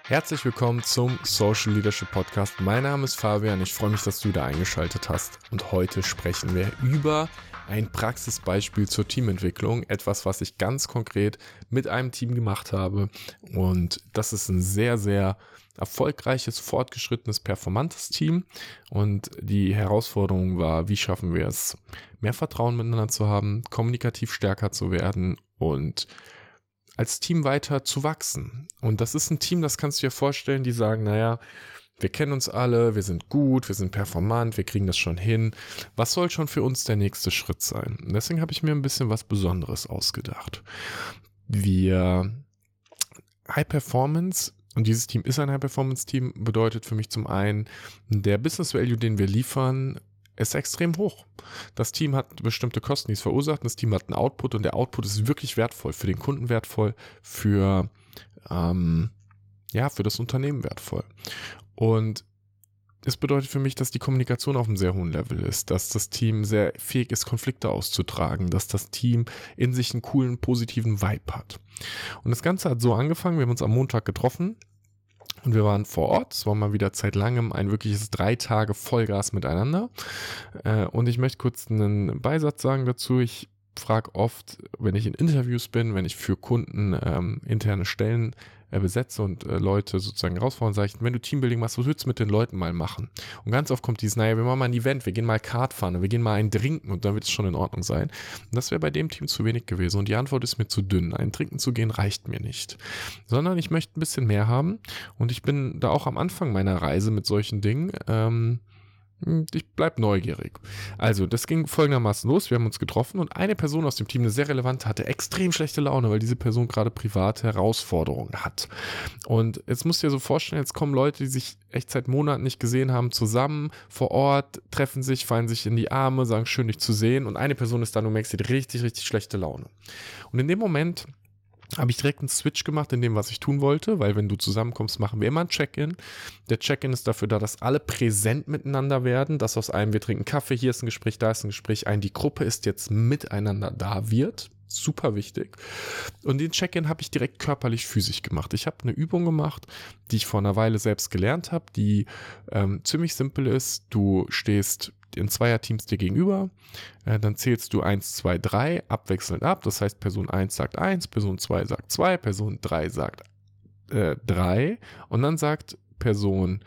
Herzlich willkommen zum Social Leadership Podcast. Mein Name ist Fabian. Ich freue mich, dass du da eingeschaltet hast. Und heute sprechen wir über ein Praxisbeispiel zur Teamentwicklung. Etwas, was ich ganz konkret mit einem Team gemacht habe. Und das ist ein sehr, sehr erfolgreiches, fortgeschrittenes, performantes Team. Und die Herausforderung war, wie schaffen wir es, mehr Vertrauen miteinander zu haben, kommunikativ stärker zu werden und als Team weiter zu wachsen. Und das ist ein Team, das kannst du dir vorstellen, die sagen, naja, wir kennen uns alle, wir sind gut, wir sind performant, wir kriegen das schon hin. Was soll schon für uns der nächste Schritt sein? Und deswegen habe ich mir ein bisschen was Besonderes ausgedacht. High Performance, und dieses Team ist ein High-Performance-Team, bedeutet für mich zum einen, der Business-Value, den wir liefern, ist extrem hoch. Das Team hat bestimmte Kosten, die es verursacht. Das Team hat einen Output und der Output ist wirklich wertvoll, für den Kunden wertvoll, für das Unternehmen wertvoll. Und es bedeutet für mich, dass die Kommunikation auf einem sehr hohen Level ist, dass das Team sehr fähig ist, Konflikte auszutragen, dass das Team in sich einen coolen, positiven Vibe hat. Und das Ganze hat so angefangen, wir haben uns am Montag getroffen und wir waren vor Ort. Es war mal wieder seit langem ein wirkliches 3 Tage Vollgas miteinander. Und ich möchte kurz einen Beisatz sagen dazu. Ich frage oft, wenn ich in Interviews bin, wenn ich für Kunden interne Stellen besetze und Leute sozusagen herausfordern, sage ich, wenn du Teambuilding machst, was würdest du mit den Leuten mal machen? Und ganz oft kommt dieses, naja, wir machen mal ein Event, wir gehen mal Kart fahren, wir gehen mal einen trinken und dann wird es schon in Ordnung sein. Und das wäre bei dem Team zu wenig gewesen und die Antwort ist mir zu dünn. Ein Trinken zu gehen reicht mir nicht, sondern ich möchte ein bisschen mehr haben und ich bin da auch am Anfang meiner Reise mit solchen Dingen, ich bleib neugierig. Also, das ging folgendermaßen los. Wir haben uns getroffen und eine Person aus dem Team, eine sehr relevante, hatte extrem schlechte Laune, weil diese Person gerade private Herausforderungen hat. Und jetzt musst du dir so vorstellen, jetzt kommen Leute, die sich echt seit Monaten nicht gesehen haben, zusammen vor Ort, treffen sich, fallen sich in die Arme, sagen, schön dich zu sehen. Und eine Person ist da, du merkst, die hat richtig, richtig schlechte Laune. Und in dem Moment habe ich direkt einen Switch gemacht in dem, was ich tun wollte, weil wenn du zusammenkommst, machen wir immer ein Check-in. Der Check-in ist dafür da, dass alle präsent miteinander werden, dass aus einem, wir trinken Kaffee, hier ist ein Gespräch, da ist ein Gespräch, die Gruppe ist jetzt miteinander da wird. Super wichtig. Und den Check-in habe ich direkt körperlich physisch gemacht. Ich habe eine Übung gemacht, die ich vor einer Weile selbst gelernt habe, die ziemlich simpel ist. Du stehst in Zweierteams dir gegenüber, dann zählst du 1, 2, 3 abwechselnd ab. Das heißt, Person 1 sagt 1, Person 2 sagt 2, Person 3 sagt 3 und dann sagt Person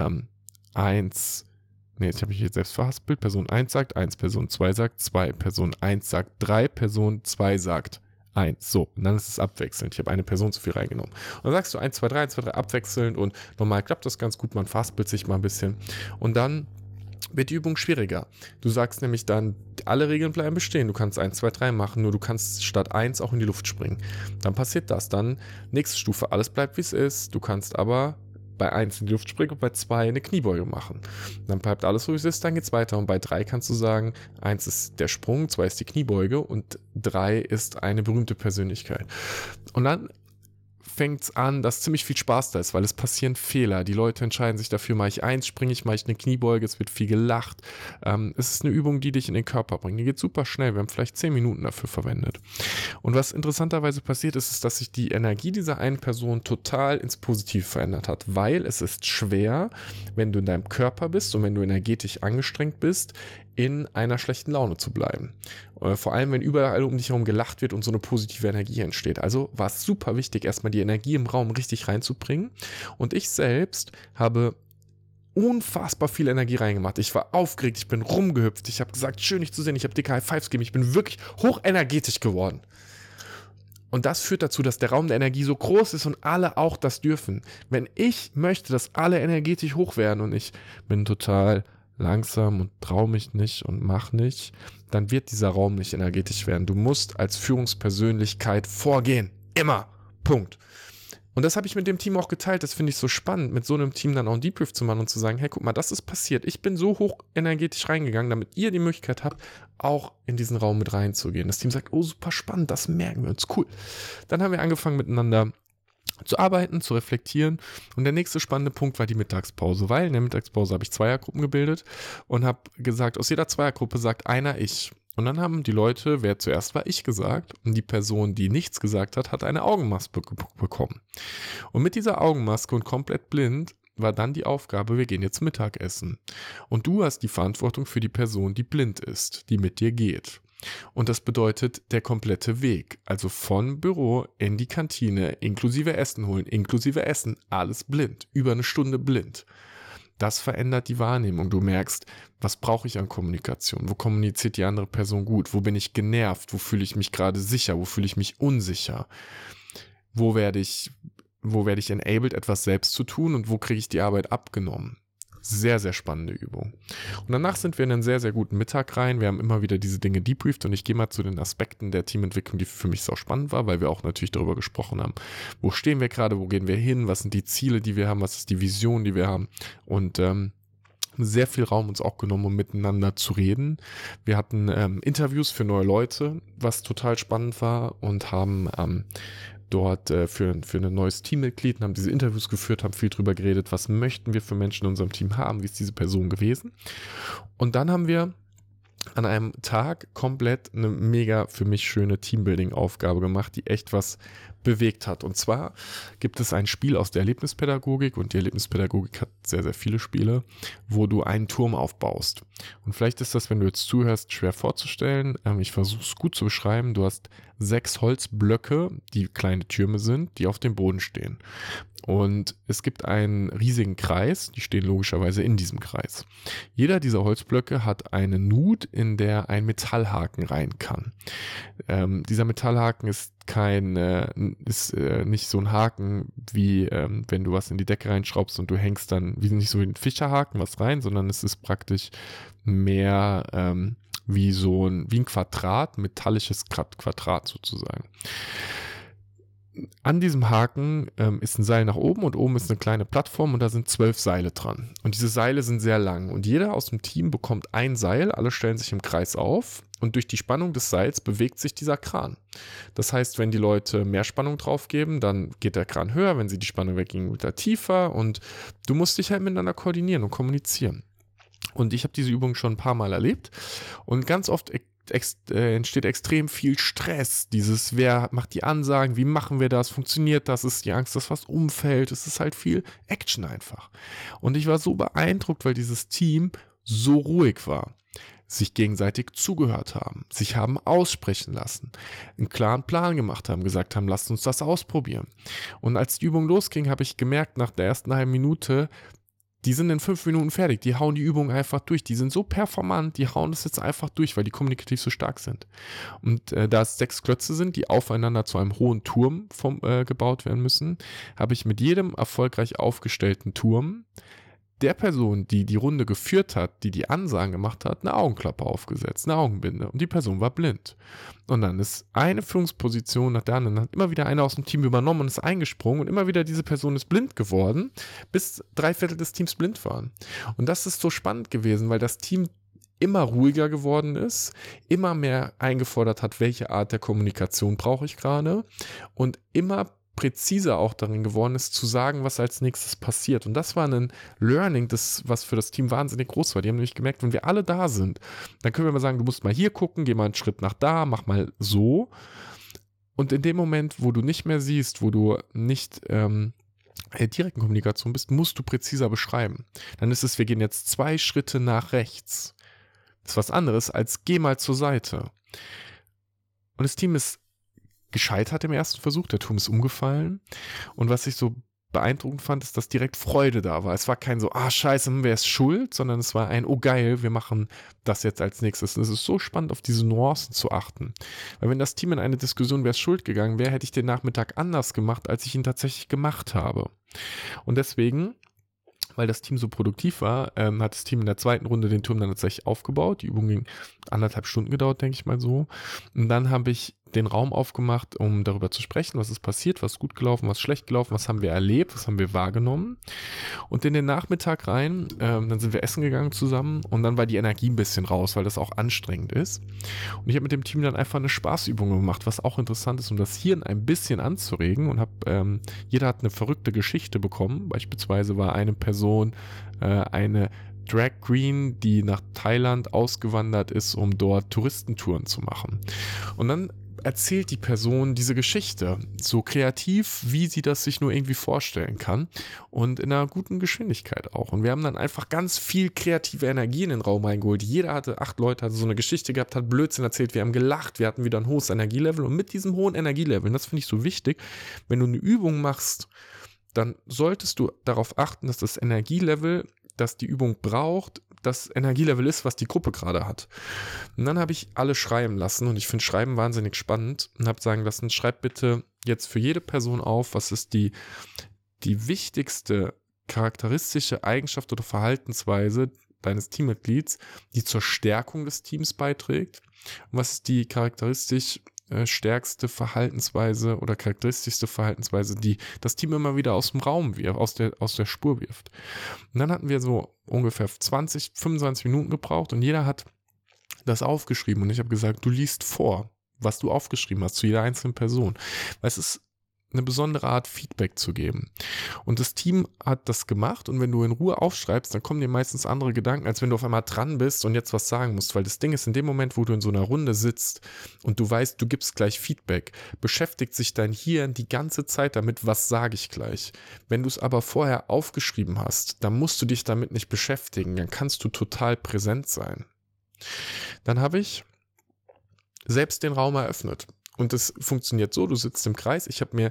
1, ich habe mich jetzt selbst verhaspelt, Person 1 sagt 1, Person 2 sagt 2, Person 1 sagt 3, Person 2 sagt 1. So, und dann ist es abwechselnd. Ich habe eine Person zu viel reingenommen. Und dann sagst du 1, 2, 3, 1, 2, 3 abwechselnd und normal klappt das ganz gut, man verhaspelt sich mal ein bisschen und dann wird die Übung schwieriger. Du sagst nämlich dann, alle Regeln bleiben bestehen. Du kannst 1, 2, 3 machen, nur du kannst statt 1 auch in die Luft springen. Dann passiert das. Dann nächste Stufe, alles bleibt wie es ist. Du kannst aber bei 1 in die Luft springen und bei 2 eine Kniebeuge machen. Dann bleibt alles so wie es ist, dann geht's weiter. Und bei 3 kannst du sagen, 1 ist der Sprung, 2 ist die Kniebeuge und 3 ist eine berühmte Persönlichkeit. Und dann fängt es an, dass ziemlich viel Spaß da ist, weil es passieren Fehler. Die Leute entscheiden sich dafür, mache ich 1, springe ich, mache ich eine Kniebeuge, es wird viel gelacht. Es ist eine Übung, die dich in den Körper bringt. Die geht super schnell. Wir haben vielleicht 10 Minuten dafür verwendet. Und was interessanterweise passiert ist, dass sich die Energie dieser einen Person total ins Positive verändert hat, weil es ist schwer, wenn du in deinem Körper bist und wenn du energetisch angestrengt bist, in einer schlechten Laune zu bleiben. Vor allem, wenn überall um dich herum gelacht wird und so eine positive Energie entsteht. Also war es super wichtig, erstmal die Energie im Raum richtig reinzubringen. Und ich selbst habe unfassbar viel Energie reingemacht. Ich war aufgeregt, ich bin rumgehüpft, ich habe gesagt, schön dich zu sehen, ich habe dicke High-Fives gegeben, ich bin wirklich hochenergetisch geworden. Und das führt dazu, dass der Raum der Energie so groß ist und alle auch das dürfen. Wenn ich möchte, dass alle energetisch hoch werden und ich bin total langsam und trau mich nicht und mach nicht, dann wird dieser Raum nicht energetisch werden. Du musst als Führungspersönlichkeit vorgehen. Immer. Punkt. Und das habe ich mit dem Team auch geteilt. Das finde ich so spannend, mit so einem Team dann auch einen Debrief zu machen und zu sagen, hey, guck mal, das ist passiert. Ich bin so hoch energetisch reingegangen, damit ihr die Möglichkeit habt, auch in diesen Raum mit reinzugehen. Das Team sagt, oh, super spannend, das merken wir uns. Cool. Dann haben wir angefangen miteinander zu arbeiten, zu reflektieren. Und der nächste spannende Punkt war die Mittagspause, weil in der Mittagspause habe ich Zweiergruppen gebildet und habe gesagt, aus jeder Zweiergruppe sagt einer ich. Und dann haben die Leute, wer zuerst war, ich gesagt. Und die Person, die nichts gesagt hat, hat eine Augenmaske bekommen. Und mit dieser Augenmaske und komplett blind war dann die Aufgabe, wir gehen jetzt Mittagessen. Und du hast die Verantwortung für die Person, die blind ist, die mit dir geht. Und das bedeutet der komplette Weg. Also von Büro in die Kantine, inklusive Essen holen, inklusive Essen, alles blind. Über eine Stunde blind. Das verändert die Wahrnehmung. Du merkst, was brauche ich an Kommunikation? Wo kommuniziert die andere Person gut? Wo bin ich genervt? Wo fühle ich mich gerade sicher? Wo fühle ich mich unsicher? Wo werde ich enabled, etwas selbst zu tun und wo kriege ich die Arbeit abgenommen? Sehr, sehr spannende Übung. Und danach sind wir in einen sehr, sehr guten Mittag rein. Wir haben immer wieder diese Dinge debrieft und ich gehe mal zu den Aspekten der Teamentwicklung, die für mich so spannend war, weil wir auch natürlich darüber gesprochen haben, wo stehen wir gerade, wo gehen wir hin, was sind die Ziele, die wir haben, was ist die Vision, die wir haben und sehr viel Raum uns auch genommen, um miteinander zu reden. Wir hatten Interviews für neue Leute, was total spannend war und haben dort für ein neues Teammitglied, haben diese Interviews geführt, haben viel drüber geredet, was möchten wir für Menschen in unserem Team haben, wie ist diese Person gewesen. Und dann haben wir an einem Tag komplett eine mega für mich schöne Teambuilding-Aufgabe gemacht, die echt was bewegt hat. Und zwar gibt es ein Spiel aus der Erlebnispädagogik und die Erlebnispädagogik hat sehr, sehr viele Spiele, wo du einen Turm aufbaust. Und vielleicht ist das, wenn du jetzt zuhörst, schwer vorzustellen. Ich versuche es gut zu beschreiben. Du hast 6 Holzblöcke, die kleine Türme sind, die auf dem Boden stehen. Und es gibt einen riesigen Kreis, die stehen logischerweise in diesem Kreis. Jeder dieser Holzblöcke hat eine Nut, in der ein Metallhaken rein kann. Dieser Metallhaken ist nicht so ein Haken, wie wenn du was in die Decke reinschraubst und du hängst dann, nicht so wie ein Fischerhaken was rein, sondern es ist praktisch mehr wie ein Quadrat, metallisches Quadrat sozusagen. An diesem Haken ist ein Seil nach oben und oben ist eine kleine Plattform und da sind 12 Seile dran. Und diese Seile sind sehr lang und jeder aus dem Team bekommt ein Seil, alle stellen sich im Kreis auf und durch die Spannung des Seils bewegt sich dieser Kran. Das heißt, wenn die Leute mehr Spannung drauf geben, dann geht der Kran höher, wenn sie die Spannung weggeben, wird er tiefer und du musst dich halt miteinander koordinieren und kommunizieren. Und ich habe diese Übung schon ein paar Mal erlebt und ganz oft entsteht extrem viel Stress. Wer macht die Ansagen, wie machen wir das, funktioniert das, ist die Angst, dass was umfällt, es ist halt viel Action einfach. Und ich war so beeindruckt, weil dieses Team so ruhig war, sich gegenseitig zugehört haben, sich haben aussprechen lassen, einen klaren Plan gemacht haben, gesagt haben, lasst uns das ausprobieren. Und als die Übung losging, habe ich gemerkt, nach der ersten halben Minute, die sind in 5 Minuten fertig, die hauen die Übung einfach durch, die sind so performant, die hauen das jetzt einfach durch, weil die kommunikativ so stark sind. Und da es 6 Klötze sind, die aufeinander zu einem hohen Turm gebaut werden müssen, habe ich mit jedem erfolgreich aufgestellten Turm der Person, die die Runde geführt hat, die die Ansagen gemacht hat, eine Augenklappe aufgesetzt, eine Augenbinde und die Person war blind. Und dann ist eine Führungsposition nach der anderen, hat immer wieder einer aus dem Team übernommen und ist eingesprungen und immer wieder diese Person ist blind geworden, bis 3/4 des Teams blind waren. Und das ist so spannend gewesen, weil das Team immer ruhiger geworden ist, immer mehr eingefordert hat, welche Art der Kommunikation brauche ich gerade und immer präziser auch darin geworden ist, zu sagen, was als nächstes passiert. Und das war ein Learning, was für das Team wahnsinnig groß war. Die haben nämlich gemerkt, wenn wir alle da sind, dann können wir mal sagen, du musst mal hier gucken, geh mal einen Schritt nach da, mach mal so. Und in dem Moment, wo du nicht mehr siehst, wo du nicht direkten Kommunikation bist, musst du präziser beschreiben. Dann ist es, wir gehen jetzt 2 Schritte nach rechts. Das ist was anderes als geh mal zur Seite. Und das Team ist gescheitert im ersten Versuch, der Turm ist umgefallen und was ich so beeindruckend fand, ist, dass direkt Freude da war. Es war kein so, scheiße, wer ist schuld, sondern es war ein, oh geil, wir machen das jetzt als nächstes. Und es ist so spannend, auf diese Nuancen zu achten. Weil wenn das Team in eine Diskussion, wer ist schuld gegangen wäre, hätte ich den Nachmittag anders gemacht, als ich ihn tatsächlich gemacht habe. Und deswegen, weil das Team so produktiv war, hat das Team in der zweiten Runde den Turm dann tatsächlich aufgebaut. Die Übung ging 1,5 Stunden gedauert, denke ich mal so. Und dann habe ich den Raum aufgemacht, um darüber zu sprechen, was ist passiert, was ist gut gelaufen, was ist schlecht gelaufen, was haben wir erlebt, was haben wir wahrgenommen. Und in den Nachmittag rein, dann sind wir essen gegangen zusammen und dann war die Energie ein bisschen raus, weil das auch anstrengend ist. Und ich habe mit dem Team dann einfach eine Spaßübung gemacht, was auch interessant ist, um das Hirn ein bisschen anzuregen und jeder hat eine verrückte Geschichte bekommen. Beispielsweise war eine Person eine Drag Queen, die nach Thailand ausgewandert ist, um dort Touristentouren zu machen. Und dann erzählt die Person diese Geschichte so kreativ, wie sie das sich nur irgendwie vorstellen kann und in einer guten Geschwindigkeit auch. Und wir haben dann einfach ganz viel kreative Energie in den Raum reingeholt. 8 Leute hatte so eine Geschichte gehabt, hat Blödsinn erzählt, wir haben gelacht, wir hatten wieder ein hohes Energielevel und mit diesem hohen Energielevel, und das finde ich so wichtig, wenn du eine Übung machst, dann solltest du darauf achten, dass das Energielevel, das die Übung braucht, das Energielevel ist, was die Gruppe gerade hat. Und dann habe ich alle schreiben lassen und ich finde Schreiben wahnsinnig spannend und habe sagen lassen, schreib bitte jetzt für jede Person auf, was ist die wichtigste charakteristische Eigenschaft oder Verhaltensweise deines Teammitglieds, die zur Stärkung des Teams beiträgt, und was ist die stärkste Verhaltensweise oder charakteristischste Verhaltensweise, die das Team immer wieder aus dem Raum wirft, aus der Spur wirft. Und dann hatten wir so ungefähr 20, 25 Minuten gebraucht und jeder hat das aufgeschrieben und ich habe gesagt, du liest vor, was du aufgeschrieben hast zu jeder einzelnen Person. Weil es ist eine besondere Art, Feedback zu geben. Und das Team hat das gemacht und wenn du in Ruhe aufschreibst, dann kommen dir meistens andere Gedanken, als wenn du auf einmal dran bist und jetzt was sagen musst, weil das Ding ist, in dem Moment, wo du in so einer Runde sitzt und du weißt, du gibst gleich Feedback, beschäftigt sich dein Hirn die ganze Zeit damit, was sage ich gleich. Wenn du es aber vorher aufgeschrieben hast, dann musst du dich damit nicht beschäftigen, dann kannst du total präsent sein. Dann habe ich selbst den Raum eröffnet. Und das funktioniert so, du sitzt im Kreis, ich habe mir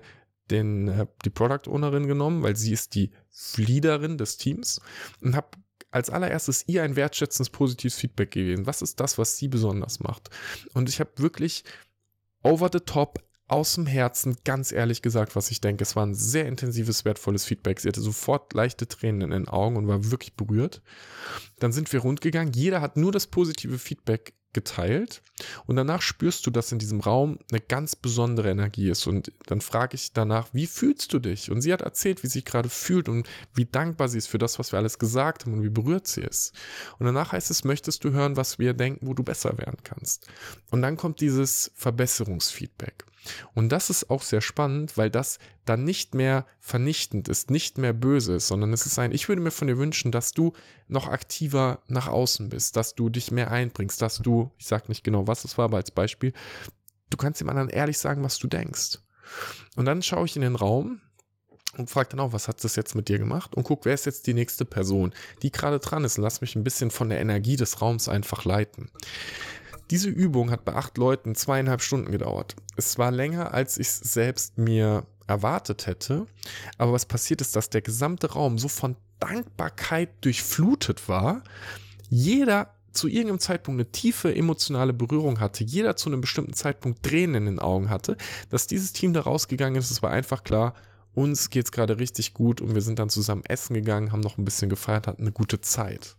die Product Ownerin genommen, weil sie ist die Leaderin des Teams und habe als allererstes ihr ein wertschätzendes, positives Feedback gegeben. Was ist das, was sie besonders macht? Und ich habe wirklich over the top, aus dem Herzen, ganz ehrlich gesagt, was ich denke. Es war ein sehr intensives, wertvolles Feedback. Sie hatte sofort leichte Tränen in den Augen und war wirklich berührt. Dann sind wir rundgegangen. Jeder hat nur das positive Feedback geteilt und danach spürst du, dass in diesem Raum eine ganz besondere Energie ist und dann frage ich danach, wie fühlst du dich? Und sie hat erzählt, wie sie sich gerade fühlt und wie dankbar sie ist für das, was wir alles gesagt haben und wie berührt sie ist. Und danach heißt es, möchtest du hören, was wir denken, wo du besser werden kannst? Und dann kommt dieses Verbesserungsfeedback. Und das ist auch sehr spannend, weil das dann nicht mehr vernichtend ist, nicht mehr böse ist, sondern es ist ich würde mir von dir wünschen, dass du noch aktiver nach außen bist, dass du dich mehr einbringst, dass du, ich sage nicht genau, was es war, aber als Beispiel, du kannst dem anderen ehrlich sagen, was du denkst. Und dann schaue ich in den Raum und frage dann auch, was hat das jetzt mit dir gemacht? Und guck, wer ist jetzt die nächste Person, die gerade dran ist und lass mich ein bisschen von der Energie des Raums einfach leiten. Diese Übung hat bei 8 Leuten 2,5 Stunden gedauert. Es war länger, als ich es selbst mir erwartet hätte. Aber was passiert ist, dass der gesamte Raum so von Dankbarkeit durchflutet war. Jeder zu irgendeinem Zeitpunkt eine tiefe emotionale Berührung hatte. Jeder zu einem bestimmten Zeitpunkt Tränen in den Augen hatte. Dass dieses Team da rausgegangen ist, es war einfach klar, uns geht's gerade richtig gut und wir sind dann zusammen essen gegangen, haben noch ein bisschen gefeiert, hatten eine gute Zeit.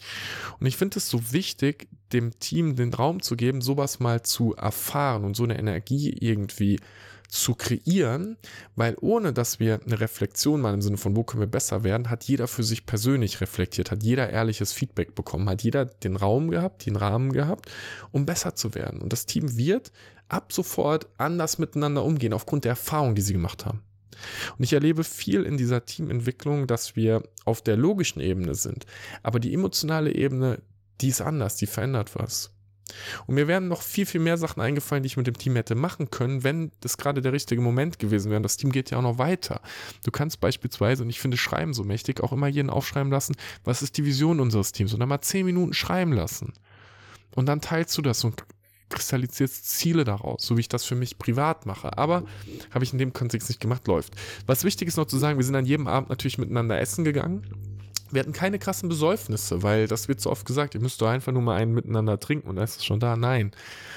Und ich finde es so wichtig, dem Team den Raum zu geben, sowas mal zu erfahren und so eine Energie irgendwie zu kreieren, weil ohne, dass wir eine Reflexion mal im Sinne von, wo können wir besser werden, hat jeder für sich persönlich reflektiert, hat jeder ehrliches Feedback bekommen, hat jeder den Raum gehabt, den Rahmen gehabt, um besser zu werden. Und das Team wird ab sofort anders miteinander umgehen, aufgrund der Erfahrung, die sie gemacht haben. Und ich erlebe viel in dieser Teamentwicklung, dass wir auf der logischen Ebene sind. Aber die emotionale Ebene, die ist anders, die verändert was. Und mir wären noch viel, viel mehr Sachen eingefallen, die ich mit dem Team hätte machen können, wenn das gerade der richtige Moment gewesen wäre. Und das Team geht ja auch noch weiter. Du kannst beispielsweise, und ich finde Schreiben so mächtig, auch immer jeden aufschreiben lassen, was ist die Vision unseres Teams? Und dann mal 10 Minuten schreiben lassen. Und dann teilst du das und kristallisierst Ziele daraus, so wie ich das für mich privat mache. Aber habe ich in dem Kontext nicht gemacht, läuft. Was wichtig ist noch zu sagen, wir sind an jedem Abend natürlich miteinander essen gegangen. Wir hatten keine krassen Besäufnisse, weil das wird so oft gesagt, ihr müsst doch einfach nur mal einen miteinander trinken und dann ist es schon da. Nein,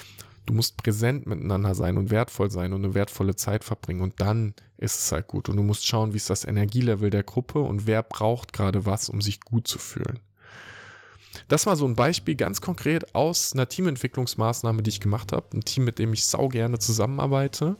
du musst präsent miteinander sein und wertvoll sein und eine wertvolle Zeit verbringen und dann ist es halt gut. Und du musst schauen, wie ist das Energielevel der Gruppe und wer braucht gerade was, um sich gut zu fühlen. Das war so ein Beispiel ganz konkret aus einer Teamentwicklungsmaßnahme, die ich gemacht habe. Ein Team, mit dem ich sau gerne zusammenarbeite.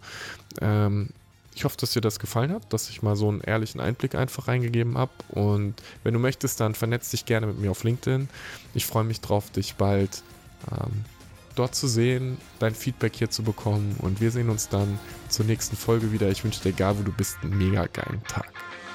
Ich hoffe, dass dir das gefallen hat, dass ich mal so einen ehrlichen Einblick einfach reingegeben habe. Und wenn du möchtest, dann vernetz dich gerne mit mir auf LinkedIn. Ich freue mich drauf, dich bald dort zu sehen, dein Feedback hier zu bekommen. Und wir sehen uns dann zur nächsten Folge wieder. Ich wünsche dir, egal wo du bist, einen mega geilen Tag.